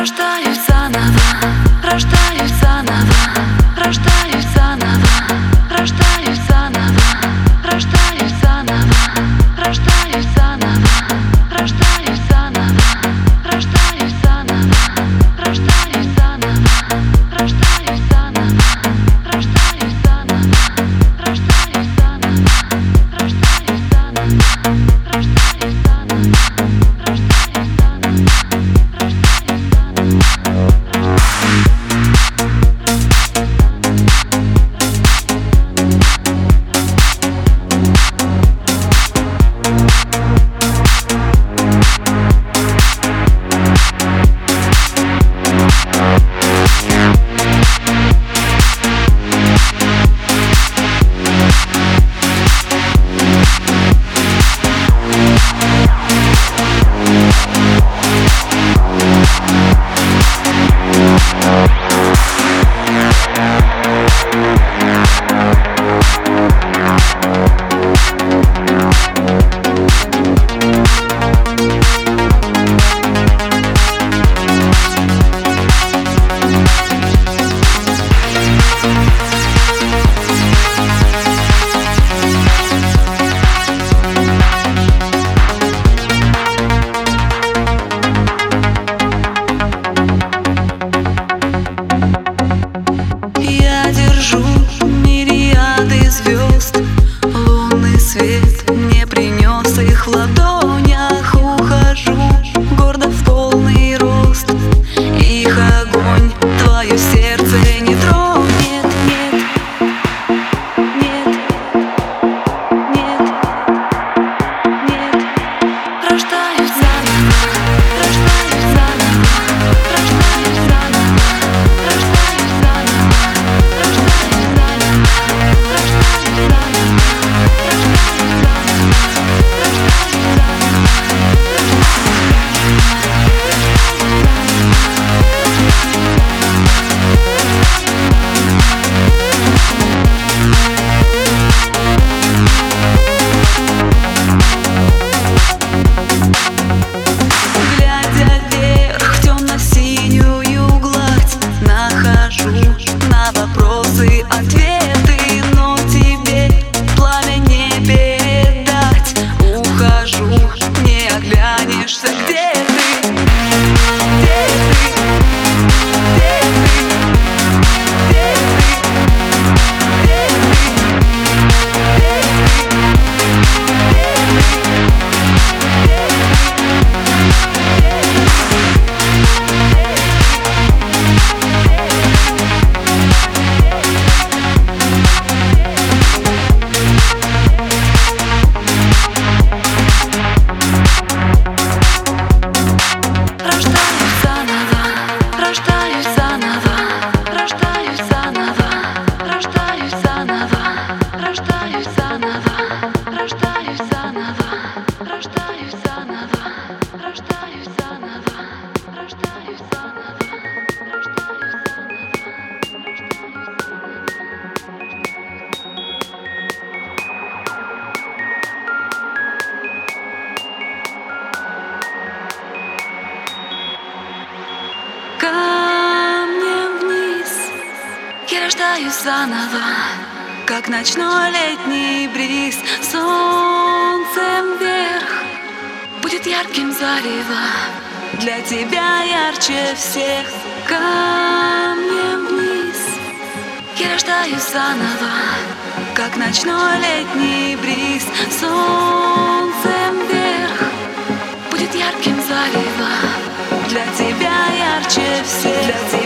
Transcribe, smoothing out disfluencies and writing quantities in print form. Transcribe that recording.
Рождаюсь заново, рождаюсь заново, рождаюсь заново, рождаюсь заново, рождаюсь заново, рождаюсь заново, рождаюсь заново, рождаюсь заново, рождаюсь заново, рождаюсь заново, рождаюсь заново, рождаюсь заново, рождаюсь заново, рождаюсь в ладонях ухожу, гордо в полный рост. Их огонь твое сердце не тронет. Нет, нет, нет, нет. Рождаюсь заново, рождаюсь заново, рождаюсь заново, рождаюсь заново, рождаюсь заново, рождаюсь заново. На вопросы ответы, но тебе пламя не передать. Ухожу, не оглянешься, где ты? Где ты? Где ты? Где ты? Где камнем вниз я рождаюсь заново, как ночной летний бриз. Солнцем вверх будет ярким зарево, для тебя ярче всех. Камнем вниз я рождаюсь заново, как ночной летний бриз. Солнцем вверх будет ярким зарево, для тебя ярче всех.